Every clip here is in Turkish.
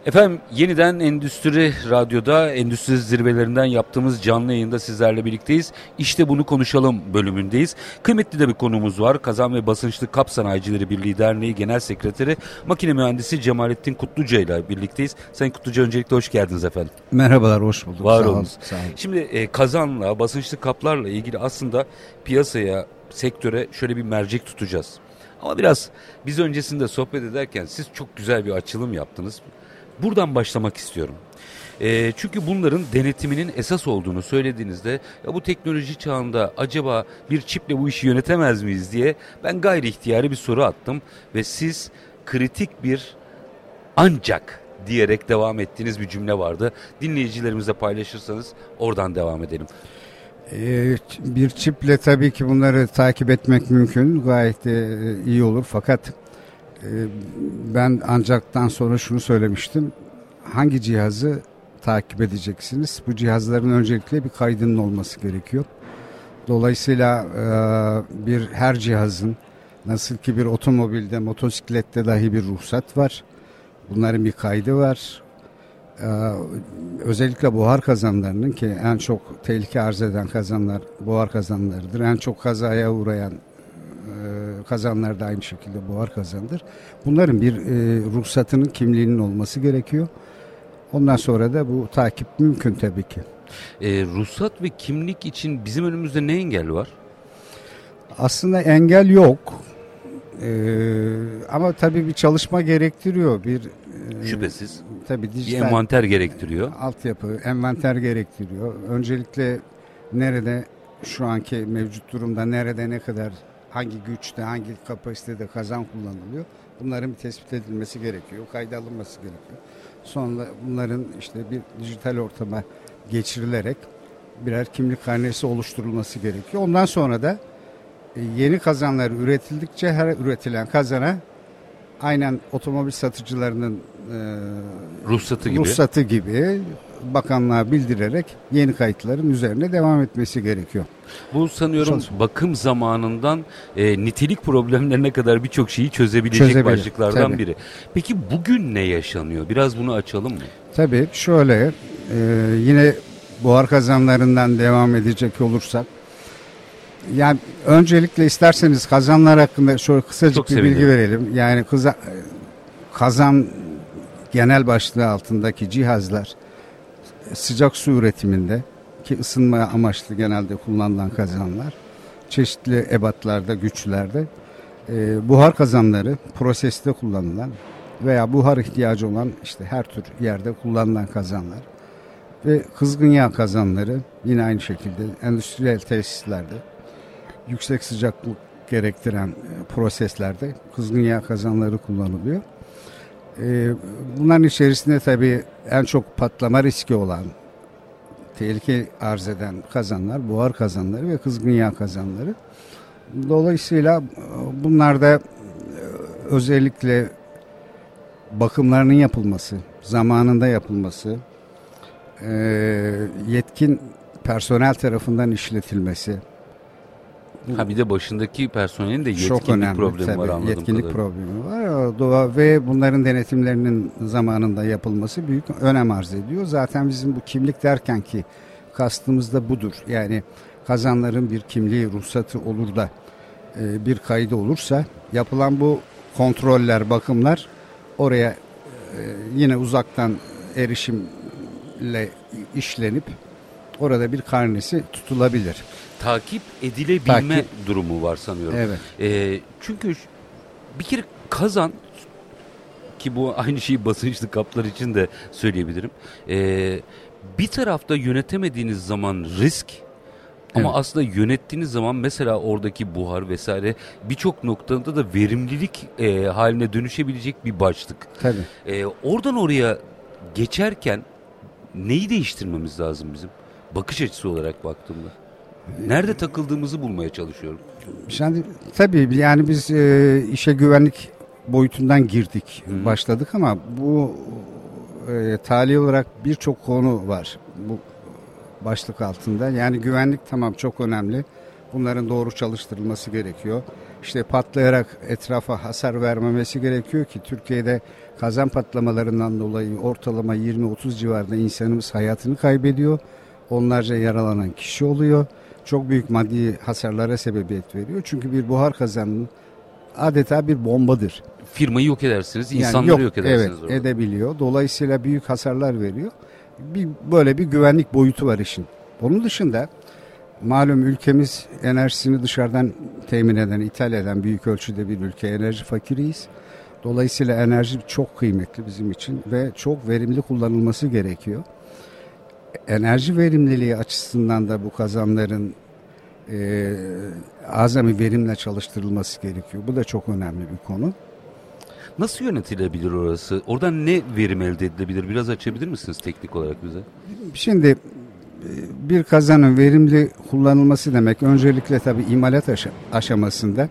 Efendim yeniden Endüstri Radyo'da Endüstri Zirvelerinden yaptığımız canlı yayında sizlerle birlikteyiz. İşte bunu konuşalım bölümündeyiz. Kıymetli de bir konumuz var. Kazan ve Basınçlı Kap Sanayicileri Birliği Derneği Genel Sekreteri Makine Mühendisi Cemalettin Kutluca ile birlikteyiz. Sayın Kutluca, öncelikle hoş geldiniz efendim. Merhabalar, hoş bulduk. Var olun. Sağ olun. Şimdi kazanla, basınçlı kaplarla ilgili aslında piyasaya, sektöre şöyle bir mercek tutacağız. Ama biraz biz öncesinde sohbet ederken siz çok güzel bir açılım yaptınız. Buradan başlamak istiyorum. Çünkü bunların denetiminin esas olduğunu söylediğinizde ya bu teknoloji çağında acaba bir çiple bu işi yönetemez miyiz diye ben gayri ihtiyari bir soru attım ve siz kritik bir ancak diyerek devam ettiğiniz bir cümle vardı. Dinleyicilerimizle paylaşırsanız oradan devam edelim. Bir çiple tabii ki bunları takip etmek mümkün. Gayet iyi olur. Fakat ben ancaktan sonra şunu söylemiştim. Hangi cihazı takip edeceksiniz? Bu cihazların öncelikle bir kaydının olması gerekiyor. Dolayısıyla her cihazın, nasıl ki bir otomobilde, motosiklette dahi bir ruhsat var. Bunların bir kaydı var. Özellikle buhar kazanlarının, ki en çok tehlike arz eden kazanlar buhar kazanlarıdır. En çok kazaya uğrayan kazanlar da aynı şekilde buhar kazandır. Bunların bir ruhsatının, kimliğinin olması gerekiyor. Ondan sonra da bu takip mümkün tabii ki. Ruhsat ve kimlik için bizim önümüzde ne engel var? Aslında engel yok. Ama tabii bir çalışma gerektiriyor. Şüphesiz. Tabii dijital, bir envanter gerektiriyor. Altyapı, envanter gerektiriyor. Öncelikle nerede, şu anki mevcut durumda nerede, ne kadar, hangi güçte, hangi kapasitede kazan kullanılıyor. Bunların bir tespit edilmesi gerekiyor. Kayda alınması gerekiyor. Sonra bunların işte bir dijital ortama geçirilerek birer kimlik karnesi oluşturulması gerekiyor. Ondan sonra da yeni kazanlar üretildikçe her üretilen kazana aynen otomobil satıcılarının ruhsatı gibi bakanlığa bildirerek yeni kayıtların üzerine devam etmesi gerekiyor. Bu sanıyorum bakım zamanından nitelik problemlerine kadar birçok şeyi çözebilecek başlıklardan tabii. biri. Peki bugün ne yaşanıyor? Biraz bunu açalım mı? Tabii şöyle, yine buhar kazanlarından devam edecek olursak, yani öncelikle isterseniz kazanlar hakkında şöyle kısacık bir bilgi verelim. Yani kazan genel başlığı altındaki cihazlar sıcak su üretiminde, ki ısınma amaçlı genelde kullanılan kazanlar, çeşitli ebatlarda, güçlerde, buhar kazanları proseste kullanılan veya buhar ihtiyacı olan işte her tür yerde kullanılan kazanlar ve kızgın yağ kazanları yine aynı şekilde endüstriyel tesislerde yüksek sıcaklık gerektiren proseslerde kızgın yağ kazanları kullanılıyor. Bunların içerisinde tabii en çok patlama riski olan, tehlike arz eden kazanlar, buhar kazanları ve kızgın yağ kazanları. Dolayısıyla bunlarda özellikle bakımlarının yapılması, zamanında yapılması, yetkin personel tarafından işletilmesi. Bir de başındaki personelin de yetkinlik problemi var anladığım yetkinlik problemi var ve bunların denetimlerinin zamanında yapılması büyük önem arz ediyor. Zaten bizim bu kimlik derken ki kastımız da budur. Yani kazanların bir kimliği, ruhsatı olur da bir kaydı olursa yapılan bu kontroller, bakımlar oraya yine uzaktan erişimle işlenip orada bir karnesi tutulabilir. Takip edilebilme durumu var sanıyorum. Evet. Çünkü bir kere kazan, ki bu aynı şeyi basınçlı kaplar için de söyleyebilirim. Bir tarafta yönetemediğiniz zaman risk, ama aslında yönettiğiniz zaman mesela oradaki buhar vesaire birçok noktada da verimlilik haline dönüşebilecek bir başlık. Tabii. Oradan oraya geçerken neyi değiştirmemiz lazım bizim? Bakış açısı olarak baktığımda. Nerede takıldığımızı bulmaya çalışıyorum. Şimdi tabii yani biz işe güvenlik boyutundan girdik, başladık ama bu tali olarak birçok konu var bu başlık altında. Yani güvenlik tamam çok önemli. Bunların doğru çalıştırılması gerekiyor. İşte patlayarak etrafa hasar vermemesi gerekiyor ki Türkiye'de Kazan patlamalarından dolayı ortalama 20-30 civarında insanımız hayatını kaybediyor. Onlarca yaralanan kişi oluyor. Çok büyük maddi hasarlara sebebiyet veriyor. Çünkü bir buhar kazanının adeta bir bombadır. Firmayı yok edersiniz, Yani insanları yok edersiniz evet, orada. edebiliyor. Dolayısıyla büyük hasarlar veriyor. Böyle bir güvenlik boyutu var işin. Onun dışında malum ülkemiz enerjisini dışarıdan temin eden, ithal eden büyük ölçüde bir ülke. Enerji fakiriyiz. Dolayısıyla enerji çok kıymetli bizim için ve çok verimli kullanılması gerekiyor. Enerji verimliliği açısından da bu kazanların azami verimle çalıştırılması gerekiyor. Bu da çok önemli bir konu. Nasıl yönetilebilir orası? Oradan ne verim elde edilebilir? Biraz açabilir misiniz teknik olarak bize? Şimdi bir kazanın verimli kullanılması demek öncelikle tabii imalat aşamasında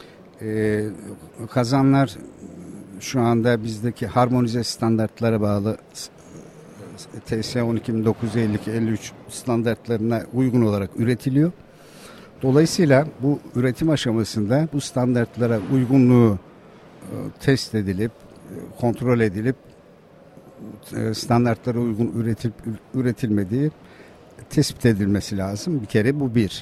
kazanlar şu anda bizdeki harmonize standartlara bağlı TS 12952-53 standartlarına uygun olarak üretiliyor. Dolayısıyla bu üretim aşamasında bu standartlara uygunluğu test edilip, kontrol edilip standartlara uygun üretilmediği tespit edilmesi lazım. Bir kere bu bir.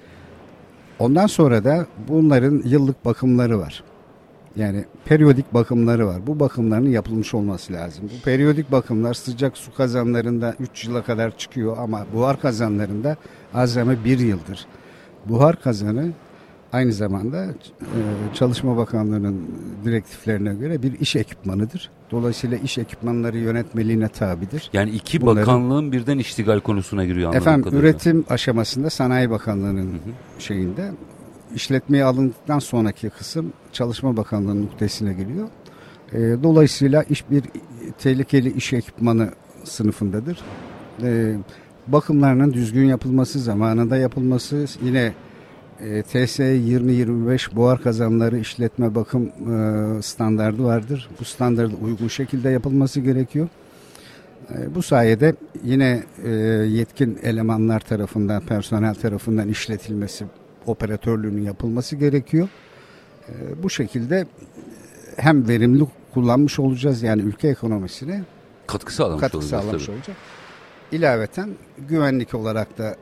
Ondan sonra da bunların yıllık bakımları var. Yani periyodik bakımları var. Bu bakımların yapılmış olması lazım. Bu periyodik bakımlar sıcak su kazanlarında 3 yıla kadar çıkıyor ama buhar kazanlarında azami 1 yıldır. Buhar kazanı aynı zamanda Çalışma Bakanlığı'nın direktiflerine göre bir iş ekipmanıdır. Dolayısıyla iş ekipmanları yönetmeliğine tabidir. Yani iki bakanlığın birden iştigal konusuna giriyor anladığım kadarıyla. kadarıyla. Üretim aşamasında Sanayi Bakanlığı'nın şeyinde, işletmeye alındıktan sonraki kısım Çalışma Bakanlığı'nın nuktesine geliyor. Dolayısıyla bir tehlikeli iş ekipmanı sınıfındadır. Bakımlarının düzgün yapılması, zamanında yapılması, yine TS 2025 buhar kazanları işletme bakım standardı vardır. Bu standarda uygun şekilde yapılması gerekiyor. Bu sayede yine yetkin elemanlar tarafından, personel tarafından işletilmesi, operatörlüğünün yapılması gerekiyor. Bu şekilde hem verimli kullanmış olacağız, yani ülke ekonomisine katkı sağlamış olacak. İlaveten güvenlik olarak da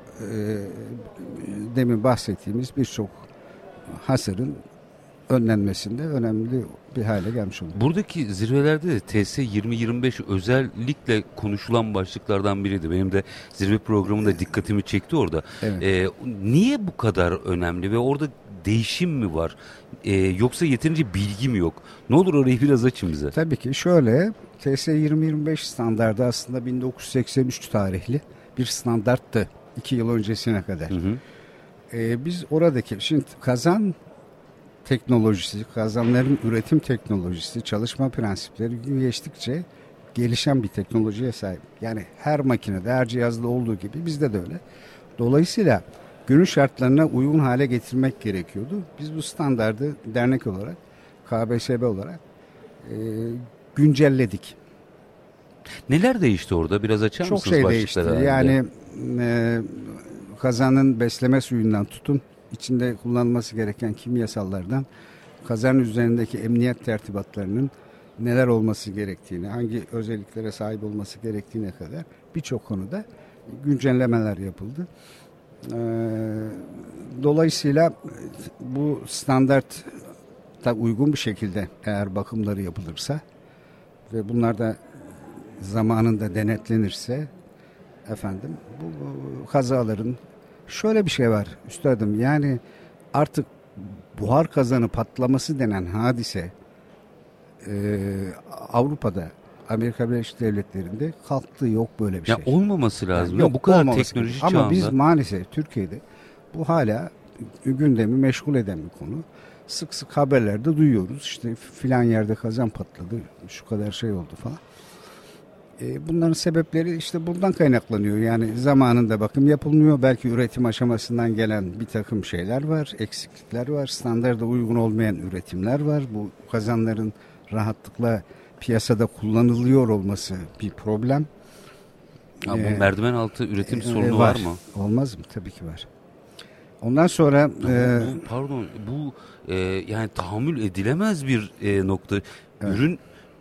demin bahsettiğimiz birçok hasarın önlenmesinde önemli bir hale gelmiş oluyor. Buradaki zirvelerde de TS 2025 özellikle konuşulan başlıklardan biriydi. Benim de zirve programında dikkatimi çekti orada. Evet. Niye bu kadar önemli ve orada değişim mi var? Yoksa yeterince bilgi mi yok? Ne olur orayı biraz açın bize. Tabii ki şöyle, TS 2025 standardı aslında 1983 tarihli bir standarttı 2 yıl öncesine kadar. Biz oradaki şimdi kazan teknolojisi, kazanların üretim teknolojisi, çalışma prensipleri gün geçtikçe gelişen bir teknolojiye sahip. Yani her makinede, her cihazda olduğu gibi bizde de öyle. Dolayısıyla günün şartlarına uygun hale getirmek gerekiyordu. Biz bu standardı dernek olarak, KBSB olarak güncelledik. Neler değişti orada? Biraz açar mısınız? Çok şey değişti. Yani kazanın besleme suyundan tutun, içinde kullanılması gereken kimyasallardan, kazanın üzerindeki emniyet tertibatlarının neler olması gerektiğini, hangi özelliklere sahip olması gerektiğine kadar birçok konuda güncellemeler yapıldı. Dolayısıyla bu standarta uygun bir şekilde eğer bakımları yapılırsa ve bunlar da zamanında denetlenirse bu kazaların şöyle bir şey var üstadım, yani artık buhar kazanı patlaması denen hadise Avrupa'da, Amerika Birleşik Devletleri'nde kalktığı yok böyle bir şey. Olmaması lazım. Yani yok, bu kadar teknoloji çağında. Ama biz maalesef Türkiye'de bu hala gündemi meşgul eden bir konu. Sık sık haberlerde duyuyoruz. İşte filan yerde kazan patladı, şu kadar şey oldu falan. Bunların sebepleri işte buradan kaynaklanıyor. Yani zamanında bakım yapılmıyor. Belki üretim aşamasından gelen bir takım şeyler var, eksiklikler var. Standarda uygun olmayan üretimler var. Bu kazanların rahatlıkla piyasada kullanılıyor olması bir problem. Bu merdiven altı üretim sorunu var mı? Olmaz mı? Tabii ki var. Ondan sonra bu yani tahammül edilemez bir nokta. Evet. Ürün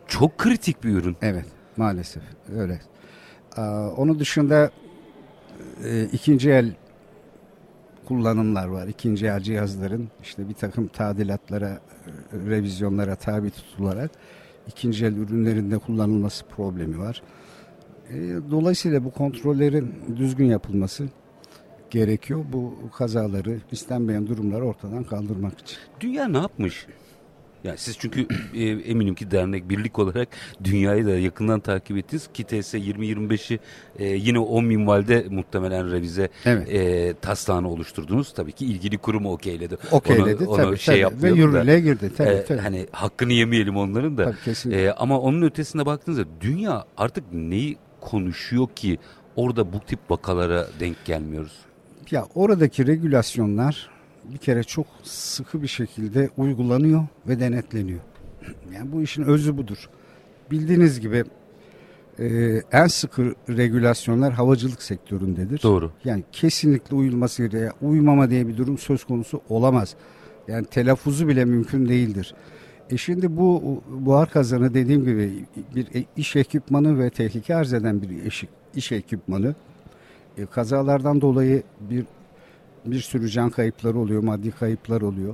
çok kritik bir ürün. Evet, maalesef öyle. Onun dışında ikinci el kullanımlar var. İkinci el cihazların işte bir takım tadilatlara, revizyonlara tabi tutularak ikinci el ürünlerinde kullanılması problemi var. Dolayısıyla bu kontrollerin düzgün yapılması gerekiyor. Bu kazaları, istenmeyen durumları ortadan kaldırmak için. Dünya ne yapmış? Yani siz çünkü eminim ki dernek, birlik olarak dünyayı da yakından takip ettiniz. Ki TS 2025'i yine 10 minvalde muhtemelen revize taslağını oluşturdunuz. Tabii ki ilgili kurumu okeyledi. Okeyledi tabii. Ve yürürlüğe girdi. Tabii. Hani hakkını yemeyelim onların da. Tabii, kesinlikle. Ama onun ötesine baktığınızda dünya artık neyi konuşuyor ki orada bu tip vakalara denk gelmiyoruz? Ya oradaki regülasyonlar bir kere çok sıkı bir şekilde uygulanıyor ve denetleniyor. Yani bu işin özü budur. Bildiğiniz gibi en sıkı regülasyonlar havacılık sektöründedir. Doğru. Yani kesinlikle uyulması gerekiyor. Uymama diye bir durum söz konusu olamaz. Yani telaffuzu bile mümkün değildir. Şimdi bu buhar kazanı dediğim gibi bir iş ekipmanı ve tehlike arz eden bir iş ekipmanı. Kazalardan dolayı bir sürü can kayıpları oluyor, maddi kayıplar oluyor.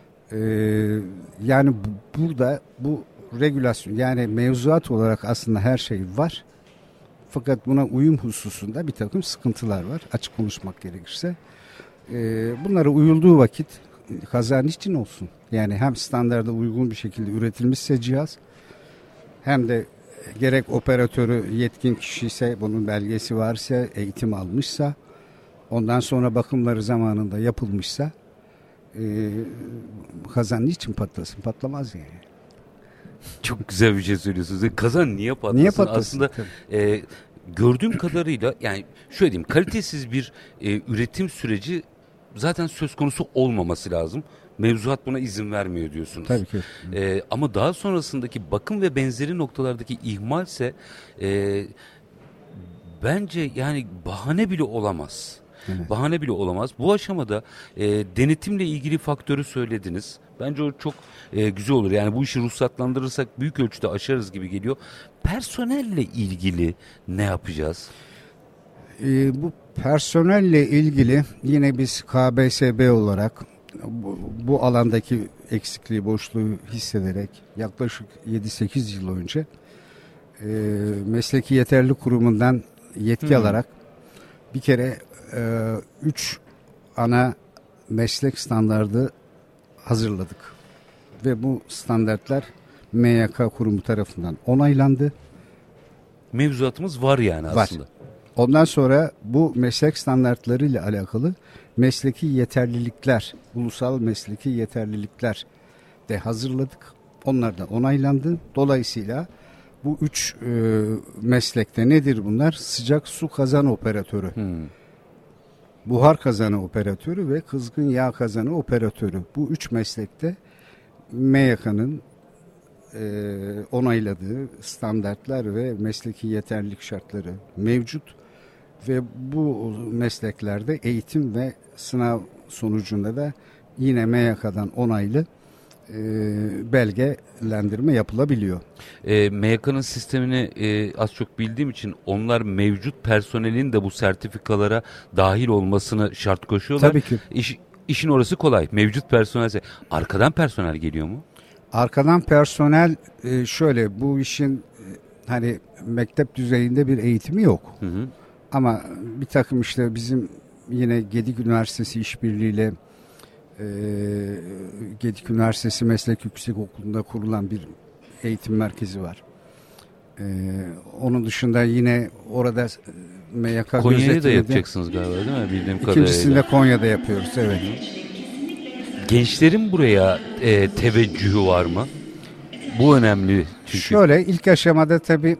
Yani burada bu regülasyon, yani mevzuat olarak aslında her şey var. Fakat buna uyum hususunda bir takım sıkıntılar var, açık konuşmak gerekirse. Bunlara uyulduğu vakit kaza niçin olsun? Yani hem standarda uygun bir şekilde üretilmişse cihaz, hem de gerek operatörü yetkin kişi ise, bunun belgesi varsa, eğitim almışsa, ondan sonra bakımları zamanında yapılmışsa kazan niçin patlasın? Patlamaz yani. Çok güzel bir şey söylüyorsunuz. Kazan niye patlasın? Niye patlasın? Aslında gördüğüm kadarıyla, yani şöyle diyeyim, kalitesiz bir üretim süreci zaten söz konusu olmaması lazım. Mevzuat buna izin vermiyor diyorsunuz. Tabii ki. Ama daha sonrasındaki bakım ve benzeri noktalardaki ihmalse bence yani bahane bile olamaz. Evet. Bahane bile olamaz. Bu aşamada denetimle ilgili faktörü söylediniz. Bence o çok güzel olur. Yani bu işi ruhsatlandırırsak büyük ölçüde aşarız gibi geliyor. Personelle ilgili ne yapacağız? Bu personelle ilgili yine biz KBSB olarak bu alandaki eksikliği, boşluğu hissederek yaklaşık 7-8 yıl önce Mesleki Yeterlilik Kurumu'ndan yetki alarak bir kere 3 ana meslek standardı hazırladık. Ve bu standartlar MYK kurumu tarafından onaylandı. Mevzuatımız var yani aslında. Var. Ondan sonra bu meslek standartları ile alakalı mesleki yeterlilikler, ulusal mesleki yeterlilikler de hazırladık. Onlar da onaylandı. Dolayısıyla bu 3 meslekte nedir bunlar? Sıcak su kazan operatörü, buhar kazanı operatörü ve kızgın yağ kazanı operatörü. Bu 3 meslekte MYK'nın onayladığı standartlar ve mesleki yeterlilik şartları mevcut ve bu mesleklerde eğitim ve sınav sonucunda da yine MYK'dan onaylı belgelendirme yapılabiliyor. MYK'nın sistemini az çok bildiğim için onlar mevcut personelin de bu sertifikalara dahil olmasını şart koşuyorlar. Tabii ki. İşin orası kolay. Mevcut personelse. Arkadan personel geliyor mu? Arkadan personel şöyle, bu işin hani mektep düzeyinde bir eğitimi yok. Hı. Ama bir takım işte bizim yine Gedik Üniversitesi işbirliğiyle Gedik Üniversitesi Meslek Yüksekokulu'nda kurulan bir eğitim merkezi var. Onun dışında yine orada MYK Konya'yı da yapacaksınız galiba, değil mi? Bildiğim kadarıyla. İkincisini de Konya'da yapıyoruz, evet. Gençlerin buraya teveccühü var mı? Bu önemli çünkü. Şöyle, ilk aşamada tabii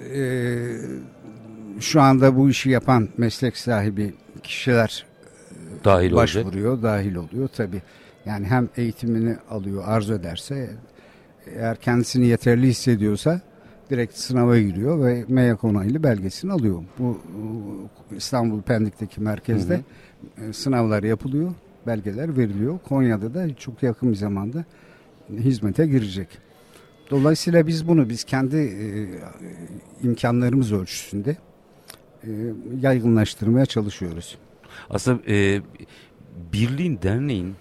şu anda bu işi yapan meslek sahibi kişiler başvuruyor, dahil oluyor tabii. Yani hem eğitimini alıyor, arzu ederse, eğer kendisini yeterli hissediyorsa direkt sınava giriyor ve MYK onaylı belgesini alıyor. Bu İstanbul Pendik'teki merkezde sınavlar yapılıyor, belgeler veriliyor. Konya'da da çok yakın bir zamanda hizmete girecek. Dolayısıyla biz kendi imkanlarımız ölçüsünde yaygınlaştırmaya çalışıyoruz. Aslında birliğin, derneğin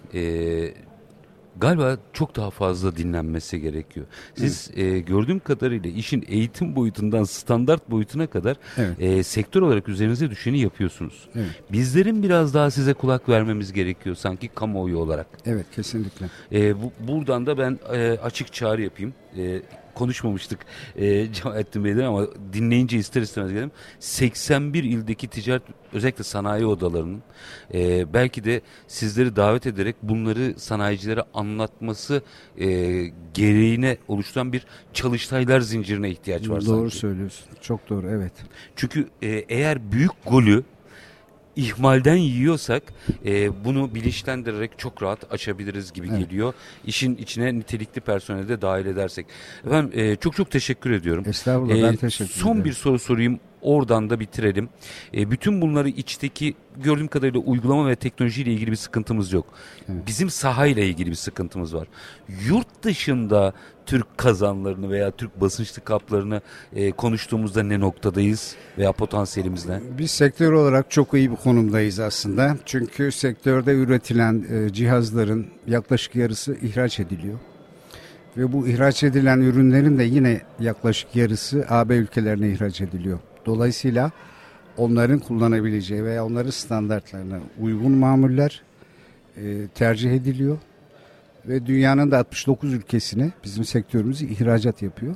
galiba çok daha fazla dinlenmesi gerekiyor. Siz gördüğüm kadarıyla işin eğitim boyutundan standart boyutuna kadar sektör olarak üzerinize düşeni yapıyorsunuz. Evet. Bizlerin biraz daha size kulak vermemiz gerekiyor sanki kamuoyu olarak. Evet, kesinlikle. Buradan da ben açık çağrı yapayım. Konuşmamıştık Cemalettin Bey'den ama dinleyince ister istemez geldim. 81 ildeki ticaret, özellikle sanayi odalarının belki de sizleri davet ederek bunları sanayicilere anlatması gereğine oluşturan bir çalıştaylar zincirine ihtiyaç var. Doğru sanki. söylüyorsun. Çok doğru, evet. Çünkü eğer büyük golü ihmalden yiyorsak bunu bilinçlendirerek çok rahat açabiliriz gibi geliyor. İşin içine nitelikli personeli de dahil edersek. Efendim çok teşekkür ediyorum. Estağfurullah, ben teşekkür ederim. Son bir soru sorayım. Oradan da bitirelim. Bütün bunları içteki gördüğüm kadarıyla uygulama ve teknolojiyle ilgili bir sıkıntımız yok. Evet. Bizim sahayla ilgili bir sıkıntımız var. Yurt dışında Türk kazanlarını veya Türk basınçlı kaplarını konuştuğumuzda ne noktadayız veya potansiyelimizle? Biz sektör olarak çok iyi bir konumdayız aslında. Çünkü sektörde üretilen cihazların yaklaşık yarısı ihraç ediliyor. Ve bu ihraç edilen ürünlerin de yine yaklaşık yarısı AB ülkelerine ihraç ediliyor. Dolayısıyla onların kullanabileceği veya onların standartlarına uygun mamuller tercih ediliyor. Ve dünyanın da 69 ülkesine bizim sektörümüz ihracat yapıyor.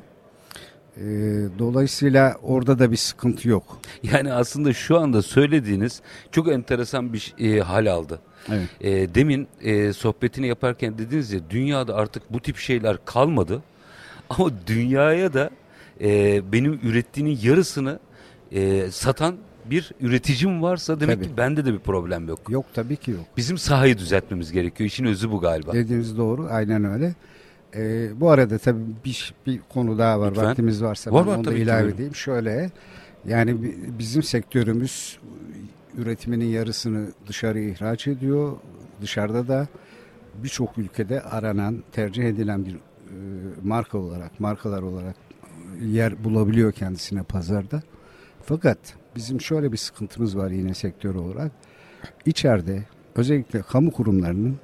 Dolayısıyla orada da bir sıkıntı yok. Yani aslında şu anda söylediğiniz çok enteresan bir hal aldı. Evet. Demin sohbetini yaparken dediniz ya, dünyada artık bu tip şeyler kalmadı. Ama dünyaya da benim ürettiğinin yarısını satan bir üreticim varsa demek Tabii ki bende de bir problem yok. Yok, tabii ki yok. Bizim sahayı düzeltmemiz gerekiyor. İşin özü bu galiba. Dediğiniz doğru, aynen öyle. Bu arada tabii bir konu daha var. Lütfen. Vaktimiz varsa Var, onu da tabii ki, ilave buyurun. edeyim. Şöyle, yani bizim sektörümüz üretiminin yarısını dışarıya ihraç ediyor. Dışarıda da birçok ülkede aranan, tercih edilen bir markalar olarak yer bulabiliyor kendisine pazarda. Fakat bizim şöyle bir sıkıntımız var yine sektör olarak. İçeride özellikle kamu kurumlarının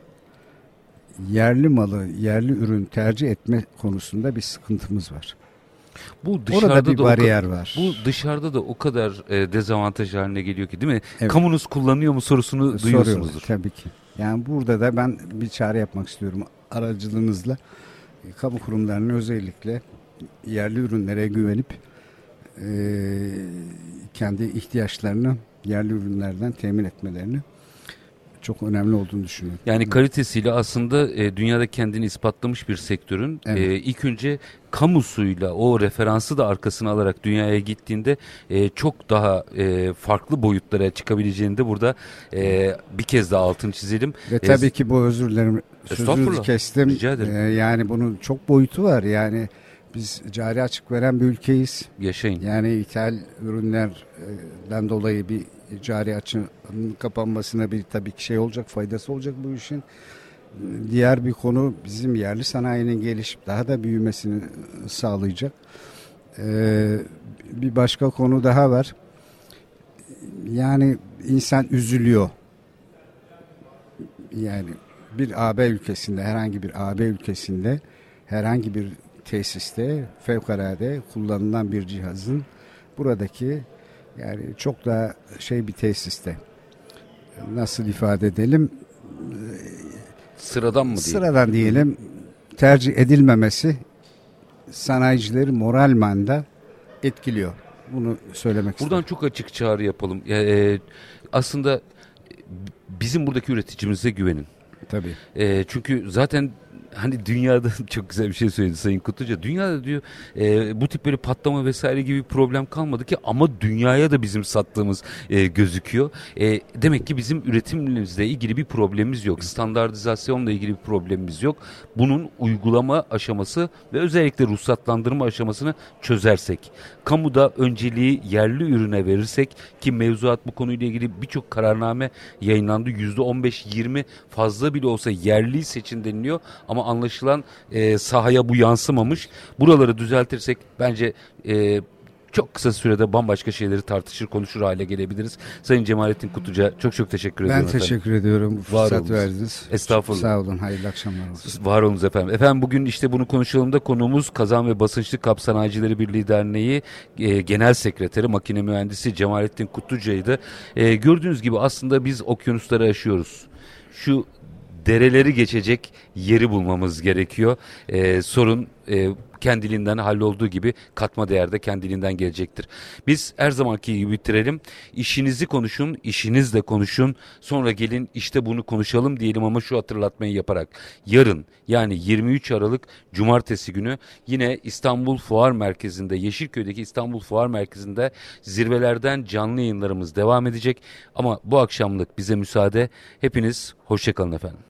yerli malı, yerli ürün tercih etme konusunda bir sıkıntımız var. Bu dışarıda orada bir da bariyer var. Bu dışarıda da o kadar dezavantaj haline geliyor ki, değil mi? Evet. Kamunuz kullanıyor mu sorusunu duyuyorsunuzdur. Soruyorlar, tabii ki. Yani burada da ben bir çağrı yapmak istiyorum aracılığınızla. Kamu kurumlarının özellikle yerli ürünlere güvenip kendi ihtiyaçlarını yerli ürünlerden temin etmelerini çok önemli olduğunu düşünüyorum. Yani kalitesiyle aslında dünyada kendini ispatlamış bir sektörün ilk önce kamusuyla o referansı da arkasına alarak dünyaya gittiğinde çok daha farklı boyutlara çıkabileceğini de burada bir kez daha altını çizelim. Ve tabii ki bu, özür dilerim, sözünüzü kestim. Rica ederim. Yani bunun çok boyutu var. Yani biz cari açık veren bir ülkeyiz. Yaşayın. Yani ithal ürünlerden dolayı bir cari açığın kapanmasına bir tabii ki şey olacak, faydası olacak bu işin. Diğer bir konu, bizim yerli sanayinin gelişip daha da büyümesini sağlayacak. Bir başka konu daha var. Yani insan üzülüyor. Yani bir AB ülkesinde, herhangi bir AB ülkesinde, herhangi bir tesiste fevkalade kullanılan bir cihazın buradaki, yani çok daha bir tesiste, nasıl ifade edelim, Sıradan mı diyelim? Sıradan diyelim, tercih edilmemesi sanayicileri moralmen de etkiliyor. Bunu söylemek istedim. Buradan çok açık çağrı yapalım. Aslında bizim buradaki üreticimize güvenin. Tabii. Çünkü zaten hani dünyada çok güzel bir şey söyledi Sayın Kutluca. Dünyada diyor bu tip böyle patlama vesaire gibi bir problem kalmadı ki, ama dünyaya da bizim sattığımız gözüküyor. Demek ki bizim üretimimizle ilgili bir problemimiz yok. Standartizasyonla ilgili bir problemimiz yok. Bunun uygulama aşaması ve özellikle ruhsatlandırma aşamasını çözersek, kamuda önceliği yerli ürüne verirsek, ki mevzuat bu konuyla ilgili birçok kararname yayınlandı. %15-20 fazla bile olsa yerli seçin deniliyor ama ama anlaşılan sahaya bu yansımamış. Buraları düzeltirsek bence çok kısa sürede bambaşka şeyleri tartışır, konuşur hale gelebiliriz. Sayın Cemalettin Kutluca, çok çok teşekkür ediyorum efendim. Ben teşekkür ediyorum. Bu fırsat verdiniz. Estağfurullah. Sağ olun. Hayırlı akşamlar olsun. Var olunuz efendim. Efendim bugün işte bunu konuşalım da konuğumuz Kazan ve Basınçlı Kap Sanayicileri Birliği Derneği Genel Sekreteri, Makine Mühendisi Cemalettin Kutluca'ydı. Gördüğünüz gibi aslında biz okyanusları aşıyoruz. Şu dereleri geçecek yeri bulmamız gerekiyor. Sorun kendiliğinden hallolduğu gibi katma değer de kendiliğinden gelecektir. Biz her zamanki gibi bitirelim. İşinizi konuşun, işinizle konuşun. Sonra gelin işte bunu konuşalım diyelim ama şu hatırlatmayı yaparak. Yarın yani 23 Aralık Cumartesi günü yine İstanbul Fuar Merkezi'nde, Yeşilköy'deki İstanbul Fuar Merkezi'nde zirvelerden canlı yayınlarımız devam edecek. Ama bu akşamlık bize müsaade. Hepiniz hoşça kalın efendim.